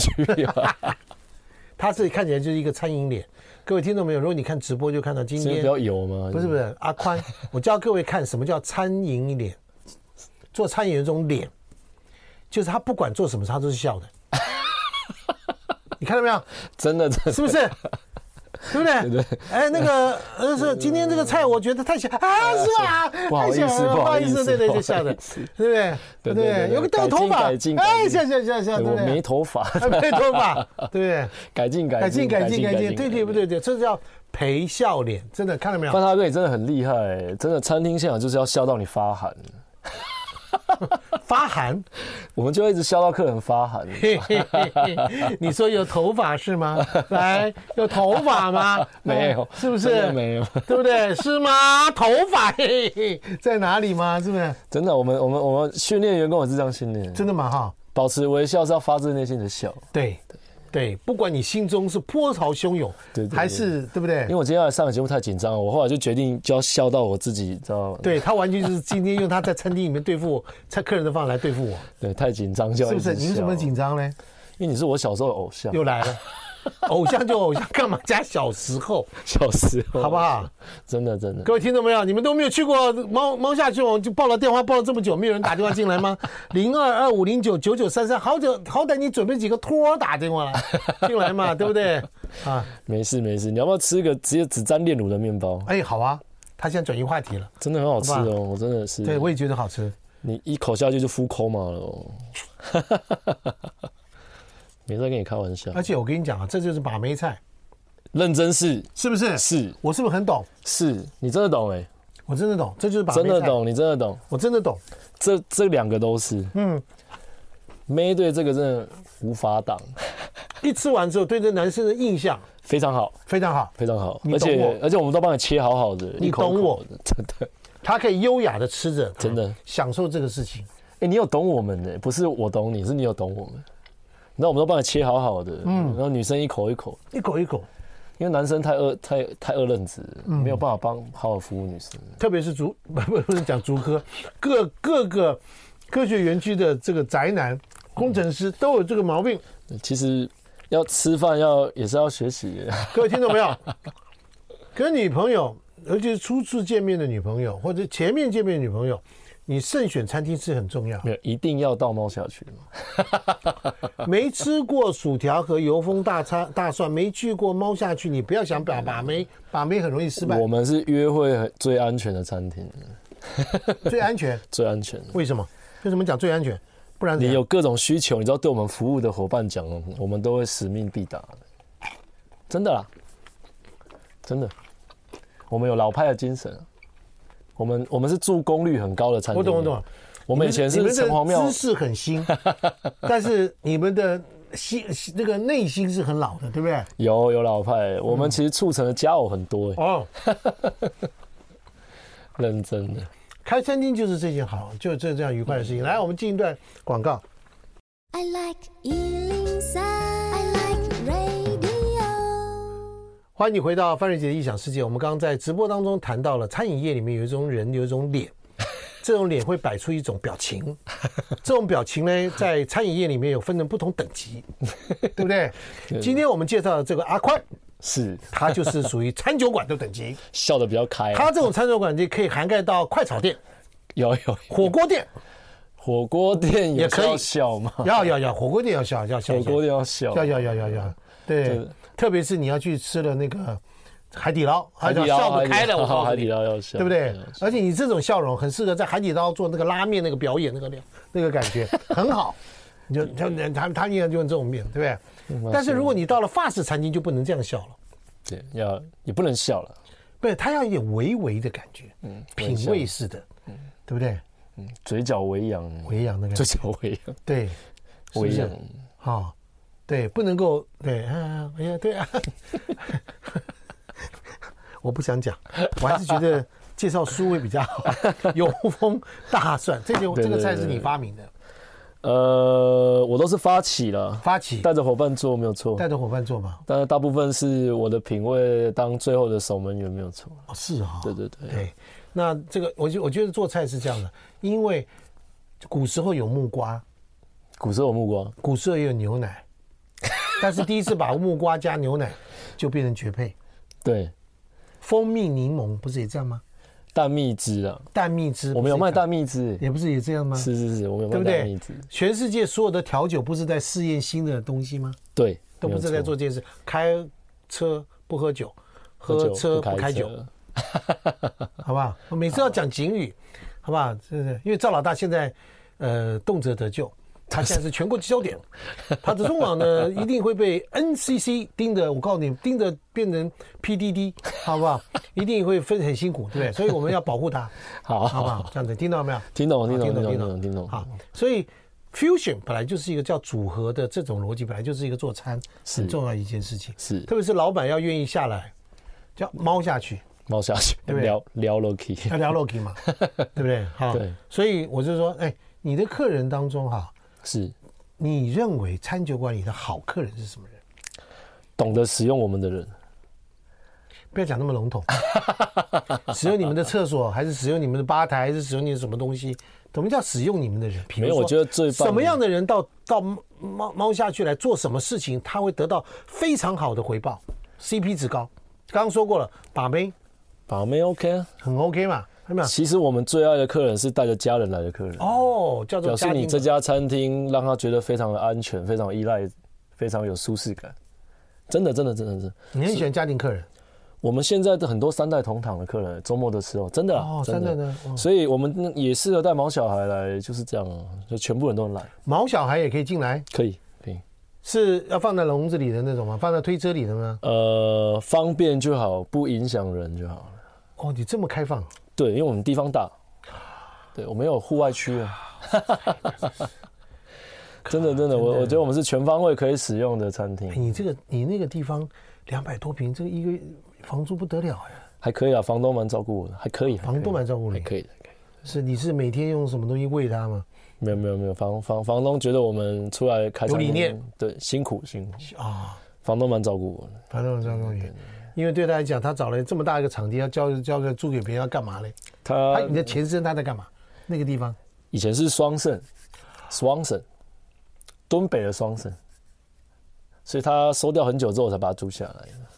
[SPEAKER 1] 他这里看起来就是一个餐饮脸。各位听众朋友，如果你看直播，就看到今天
[SPEAKER 2] 比较油吗？
[SPEAKER 1] 不是，阿宽，我教各位看什么叫餐饮脸。做餐饮有一种脸，就是他不管做什么，他都是笑的。你看到没有？
[SPEAKER 2] 真的，
[SPEAKER 1] 是不是？对不对？
[SPEAKER 2] 对。
[SPEAKER 1] 哎，那个是今天这个菜，我觉得太小啊，是吧？
[SPEAKER 2] 不好意思，
[SPEAKER 1] 对，就笑的，对不对？有个掉头发，哎，笑，
[SPEAKER 2] 我没头发，
[SPEAKER 1] 没头发，对不对？
[SPEAKER 2] 改进，
[SPEAKER 1] 对不对？这叫陪笑脸，真的看到没有？
[SPEAKER 2] 范大哥，你真的很厉害，真的，餐厅现场就是要笑到你发寒。
[SPEAKER 1] 发寒，
[SPEAKER 2] 我们就一直笑到客人发寒。
[SPEAKER 1] 你说有头发是吗？来，有头发吗？
[SPEAKER 2] 没有，
[SPEAKER 1] 是不是？
[SPEAKER 2] 没有，
[SPEAKER 1] 对不对？是吗？头发在哪里吗？是不是？
[SPEAKER 2] 真的，我们训练员工也是这样训练。
[SPEAKER 1] 真的吗？哈，
[SPEAKER 2] 保持微笑是要发自内心的笑。
[SPEAKER 1] 对，不管你心中是波涛汹涌，对，还是对不对？因
[SPEAKER 2] 为我今天来上个节目太紧张了，我后来就决定就要笑到我自己，知道吗？
[SPEAKER 1] 对，他完全就是今天用他在餐厅里面对付我，在客人的方法来对付我。
[SPEAKER 2] 对，太紧张就要一直笑。
[SPEAKER 1] 是不是？你为什么紧张呢？
[SPEAKER 2] 因为你是我小时候的偶像。
[SPEAKER 1] 又来了。偶像就偶像，干嘛加小时候？好不好？
[SPEAKER 2] 真的。
[SPEAKER 1] 各位听到没有？你们都没有去过猫下去，我就报了电话，报了这么久，没有人打电话进来吗？0225099933，好歹你准备几个托打电话来进来嘛，对不对？啊，
[SPEAKER 2] 没事，你要不要吃个直接只沾炼乳的面包？
[SPEAKER 1] 哎，好啊，他现在转移话题了，
[SPEAKER 2] 真的很好吃哦，我真的是。
[SPEAKER 1] 对，我也觉得好吃。
[SPEAKER 2] 你一口下去就full coma了哦。没在跟你开玩笑，
[SPEAKER 1] 而且我跟你讲啊，这就是把妹菜，
[SPEAKER 2] 认真是
[SPEAKER 1] 不是？
[SPEAKER 2] 是，
[SPEAKER 1] 我是不是很懂？
[SPEAKER 2] 是你真的懂哎，
[SPEAKER 1] 我真的懂，这就是把妹菜，
[SPEAKER 2] 真的懂，你真的懂，
[SPEAKER 1] 我真的懂，
[SPEAKER 2] 这两个都是，妹对这个真的无法挡，
[SPEAKER 1] 一吃完之后对这男生的印象
[SPEAKER 2] 非常好，
[SPEAKER 1] 非常好，
[SPEAKER 2] 而且我们都帮你切好好的，
[SPEAKER 1] 你懂我，
[SPEAKER 2] 真的，
[SPEAKER 1] 他可以优雅的吃着，
[SPEAKER 2] 真的
[SPEAKER 1] 享受这个事情。
[SPEAKER 2] 哎，你有懂我们呢，不是我懂你，是你有懂我们。那我们都帮你切好好的，然后女生一口一口，因为男生太饿认子，没有办法帮好好服务女生，
[SPEAKER 1] 特别是不是讲竹科，各个科学园区的这个宅男工程师都有这个毛病。
[SPEAKER 2] 其实要吃饭也是要学习的。
[SPEAKER 1] 各位听懂没有？ 跟女朋友，尤其是初次见面的女朋友，或者前面见面的女朋友，你慎选餐厅是很重要。
[SPEAKER 2] 没有，一定要到猫下去嘛。
[SPEAKER 1] 没吃过薯条和油封大蒜，没去过猫下去，你不要想把妹很容易失败。
[SPEAKER 2] 我们是约会最安全的餐厅，
[SPEAKER 1] 最安全，
[SPEAKER 2] 最安全。
[SPEAKER 1] 为什么？为什么讲最安全？不然
[SPEAKER 2] 你有各种需求，你知道对我们服务的伙伴讲，我们都会使命必达的，真的啦，真的。我们有老派的精神，我们是助攻率很高的餐厅。
[SPEAKER 1] 我懂。
[SPEAKER 2] 我们以前是城隍庙，
[SPEAKER 1] 姿势很新，但是你们的那个内心是很老的，对不对？
[SPEAKER 2] 有老派，我们其实促成的佳偶很多
[SPEAKER 1] 哦，
[SPEAKER 2] 认真的。
[SPEAKER 1] 开餐厅就是这件好，就这样愉快的事情。来，我们进一段广告。I like 103, I like radio。欢迎你回到范瑞杰的异想世界。我们刚刚在直播当中谈到了餐饮业里面有一种人，有一种脸。这种脸会摆出一种表情，这种表情呢，在餐饮业里面有分成不同等级，对不对？今天我们介绍的这个阿宽，
[SPEAKER 2] 是
[SPEAKER 1] 他就是属于餐酒馆的等级，
[SPEAKER 2] 笑得比较开。
[SPEAKER 1] 他这种餐酒馆就可以涵盖到快炒店，
[SPEAKER 2] 有
[SPEAKER 1] 火锅店，
[SPEAKER 2] 火锅店也可以笑吗？
[SPEAKER 1] 要火锅店要笑，
[SPEAKER 2] 火锅店要笑，
[SPEAKER 1] 要，对，特别是你要去吃了那个。海底捞笑得开了，我告诉你，
[SPEAKER 2] 海底捞要笑，
[SPEAKER 1] 对不对？而且你这种笑容很适合在海底捞做那个拉面那个表演，那个感觉很好。你就他应该就用这种面，对不对？但是如果你到了法式餐厅，就不能这样笑了。
[SPEAKER 2] 对，也不能笑了。
[SPEAKER 1] 不是，他要一点微微的感觉，品味式的，对不对？
[SPEAKER 2] 嘴角微扬
[SPEAKER 1] 的感觉，
[SPEAKER 2] 嘴角微扬，
[SPEAKER 1] 对，
[SPEAKER 2] 微扬，
[SPEAKER 1] 好，对，不能够，对，对啊。我不想讲，我还是觉得介绍书会比较好。油封大蒜，这个菜是你发明的？
[SPEAKER 2] 我都是发起带着伙伴做没有错，
[SPEAKER 1] 带着伙伴做嘛。
[SPEAKER 2] 但是大部分是我的品味当最后的守门员没有错。
[SPEAKER 1] 哦，是啊，
[SPEAKER 2] 对。
[SPEAKER 1] 那这个我觉得做菜是这样的，因为古时候有木瓜，
[SPEAKER 2] 古时候
[SPEAKER 1] 也有牛奶，但是第一次把木瓜加牛奶就变成绝配。
[SPEAKER 2] 对。
[SPEAKER 1] 蜂蜜柠檬不是也这样吗？
[SPEAKER 2] 蛋蜜汁啊，
[SPEAKER 1] 蛋蜜汁，
[SPEAKER 2] 我们有卖蛋蜜汁，
[SPEAKER 1] 也不是也这样吗？
[SPEAKER 2] 是，我们有卖蛋蜜汁。
[SPEAKER 1] 全世界所有的调酒不是在试验新的东西吗？
[SPEAKER 2] 对，
[SPEAKER 1] 都不是在做这件事。开车不喝酒，喝车不开酒，好不好？我每次要讲警语，好不好？是因为赵老大现在动辄得咎。他现在是全国焦点，他的中网呢一定会被 NCC 盯着，我告诉你，盯着变成 PDD， 好不好？一定会很辛苦，对不对？所以我们要保护他，好不好？这样子听到没有？
[SPEAKER 2] 听懂。
[SPEAKER 1] 好，所以 fusion 本来就是一个叫组合的这种逻辑，本来就是一个做餐很重要的一件事情，
[SPEAKER 2] 是，
[SPEAKER 1] 特别是老板要愿意下来，叫猫下去，
[SPEAKER 2] 对不对？聊 Loki，
[SPEAKER 1] 要聊 Loki 嘛，对不对？好，对，所以我就说，你的客人当中哈。
[SPEAKER 2] 是，
[SPEAKER 1] 你认为餐酒馆里的好客人是什么人？
[SPEAKER 2] 懂得使用我们的人。
[SPEAKER 1] 不要讲那么笼统，使用你们的厕所，还是使用你们的吧台，还是使用你的什么东西？什么叫使用你们的人？
[SPEAKER 2] 没有，我觉得最棒
[SPEAKER 1] 什么样的人到猫下去来做什么事情，他会得到非常好的回报 ，CP 值高。刚刚说过了，把妹
[SPEAKER 2] OK 啊，
[SPEAKER 1] 很 OK 嘛。
[SPEAKER 2] 其实我们最爱的客人是带着家人来的客人
[SPEAKER 1] 哦，叫做
[SPEAKER 2] 表示你这家餐厅让他觉得非常的安全，非常依赖，非常有舒适感。真的。
[SPEAKER 1] 你很喜欢家庭客人？
[SPEAKER 2] 我们现在的很多3代同堂的客人，周末的时候真的
[SPEAKER 1] 哦，3代的，
[SPEAKER 2] 所以我们也适合带毛小孩来，就是这样，就全部人都能来。
[SPEAKER 1] 毛小孩也可以进来？
[SPEAKER 2] 可以，
[SPEAKER 1] 是要放在笼子里的那种吗？放在推车里的吗？
[SPEAKER 2] 方便就好，不影响人就好了。
[SPEAKER 1] 哦，你这么开放？
[SPEAKER 2] 对，因为我们地方大，对，我们有户外区啊。真的，我觉得我们是全方位可以使用的餐厅。
[SPEAKER 1] 你那个地方200多平，这个一个房租不得了呀。
[SPEAKER 2] 还可以啊，房东蛮照顾我的，还可以。
[SPEAKER 1] 房东蛮照顾你，
[SPEAKER 2] 还可以。
[SPEAKER 1] 你是每天用什么东西喂他吗？
[SPEAKER 2] 没有，房东觉得我们出来开餐厅有理念，对，辛苦啊。房东蛮照顾我的，
[SPEAKER 1] 房东蛮照顾你。因为对他来讲，他找了这么大一个场地，要交给租给别人，要干嘛嘞？你的前身他在干嘛？那个地方
[SPEAKER 2] 以前是双盛，敦北的双盛，所以他收掉很久之后才把它租下来。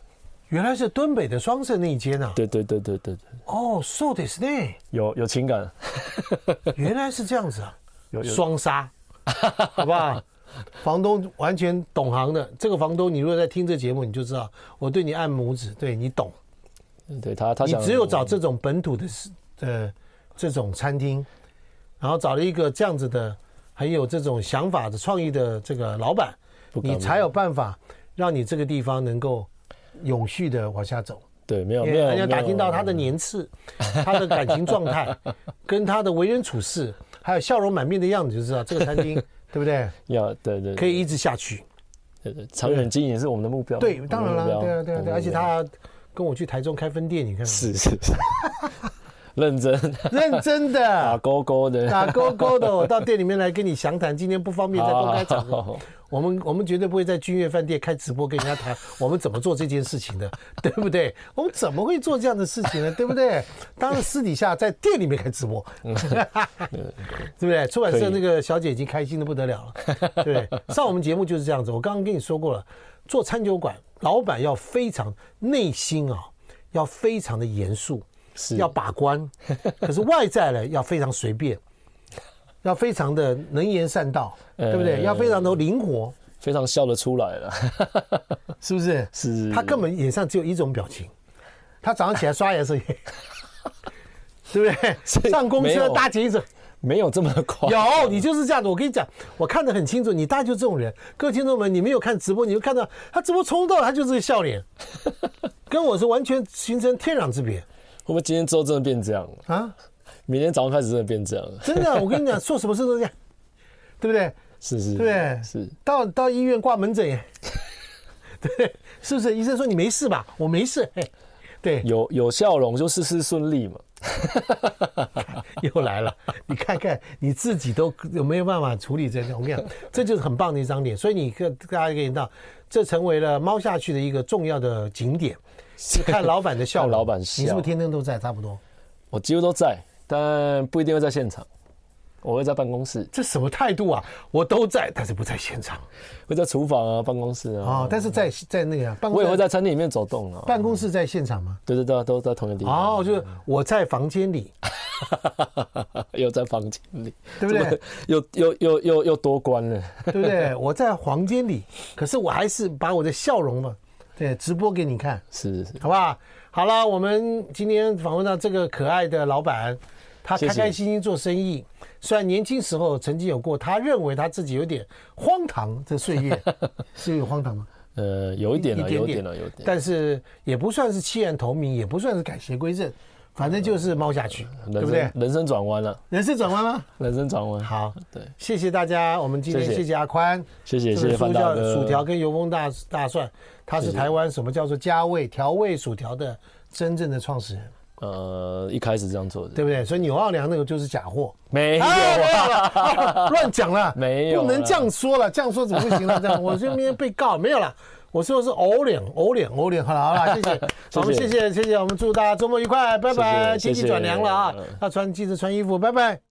[SPEAKER 1] 原来是敦北的双盛那一间啊。
[SPEAKER 2] 对。
[SPEAKER 1] 哦，そうですね。
[SPEAKER 2] 有情感。
[SPEAKER 1] 原来是这样子啊。
[SPEAKER 2] 有
[SPEAKER 1] 双杀，好不好？房东完全懂行的，这个房东你如果在听这节目，你就知道我对你按拇指，对你懂。
[SPEAKER 2] 对他
[SPEAKER 1] 你只有找这种本土的这种餐厅，然后找了一个这样子的很有这种想法的创意的这个老板，你才有办法让你这个地方能够永续的往下走。
[SPEAKER 2] 对，没有，
[SPEAKER 1] 人家打听到他的年次、他的感情状态，跟他的为人处事，还有笑容满面的样子，就知道这个餐厅对不对？
[SPEAKER 2] 对，
[SPEAKER 1] 可以一直下去。
[SPEAKER 2] 对，长远经营是我们的目标。
[SPEAKER 1] 对，当然了，对，而且他跟我去台中开分店，你看
[SPEAKER 2] 是。认真的
[SPEAKER 1] 打
[SPEAKER 2] 勾勾
[SPEAKER 1] 的，我到店里面来跟你详谈。今天不方便在公开场合，我们绝对不会在君悦饭店开直播跟人家谈我们怎么做这件事情的，对不对？我们怎么会做这样的事情呢？对不对？当然私底下在店里面开直播，对不对？出版社那个小姐已经开心的不得了了，对不对？上我们节目就是这样子。我刚刚跟你说过了，做餐酒馆老板要非常内心啊，要非常的严肃。要把关，可是外在呢要非常随便，要非常的能言善道，对不对？要非常的灵活，
[SPEAKER 2] 非常笑得出来了，
[SPEAKER 1] 是不是？
[SPEAKER 2] 是。
[SPEAKER 1] 他根本脸上只有一种表情，他早上起来刷牙的时候，对不对？上公车搭捷运时，
[SPEAKER 2] 没有这么快。
[SPEAKER 1] 有，你就是这样的。我跟你讲，我看得很清楚，你大概就这种人。各位听众们，你没有看直播，你就看到他直播从头到尾他就是个笑脸，跟我是完全形成天壤之别。
[SPEAKER 2] 会不会今天之后真的变这样啊？明天早上开始真的变这样？
[SPEAKER 1] 真的，我跟你讲，做什么事都这样，对不对？
[SPEAKER 2] 是，
[SPEAKER 1] 对，
[SPEAKER 2] 是。
[SPEAKER 1] 到医院挂门诊耶，对，是不是？医生说你没事吧？我没事，对，
[SPEAKER 2] 有笑容就事事顺利嘛。
[SPEAKER 1] 又来了，你看看你自己都有没有办法处理这个？我跟你讲，这就是很棒的一张脸。所以你大家可以看到，这成为了猫下去的一个重要的景点。是看老板的笑容，
[SPEAKER 2] 老板笑。
[SPEAKER 1] 你是不是天天都在？差不多。
[SPEAKER 2] 我几乎都在，但不一定会在现场。我会在办公室。
[SPEAKER 1] 这什么态度啊？我都在，但是不在现场。
[SPEAKER 2] 会在厨房啊，办公室啊。
[SPEAKER 1] 哦，但是在那个办公室，
[SPEAKER 2] 我也会在餐厅里面走动啊。
[SPEAKER 1] 办公室在现场吗？
[SPEAKER 2] 对，都在同一个地方。
[SPEAKER 1] 哦，就是我在房间里，
[SPEAKER 2] 又在房间里，
[SPEAKER 1] 对不对？
[SPEAKER 2] 又多关了，
[SPEAKER 1] 对不对？我在房间里，可是我还是把我的笑容嘛。对，直播给你看，
[SPEAKER 2] 是，
[SPEAKER 1] 好不好？好了，我们今天访问到这个可爱的老板，他开开心心做生意。虽然年轻时候曾经有过他认为他自己有点荒唐的岁月，是有荒唐吗？
[SPEAKER 2] 有一点了，有点。
[SPEAKER 1] 但是也不算是弃暗投明，也不算是改邪归正，反正就是猫下去，对不对？
[SPEAKER 2] 人生转弯了，
[SPEAKER 1] 人生转弯吗？
[SPEAKER 2] 人生转弯。
[SPEAKER 1] 好，
[SPEAKER 2] 对，
[SPEAKER 1] 谢谢大家。我们今天谢谢阿宽，
[SPEAKER 2] 谢谢范大哥。
[SPEAKER 1] 薯条跟油封大蒜，他是台湾什么叫做加味调味薯条的真正的创始人。
[SPEAKER 2] 一开始这样做的，
[SPEAKER 1] 对不对？所以纽奥良那个就是假货，
[SPEAKER 2] 没有
[SPEAKER 1] 乱讲了，
[SPEAKER 2] 没有，
[SPEAKER 1] 不能这样说了，这样说怎么会行呢？这样我这边被告没有了。我说的是偶脸，好了，谢谢，我们谢谢，我们祝大家周末愉快，拜拜。天气转凉了啊，要记得穿衣服，拜拜。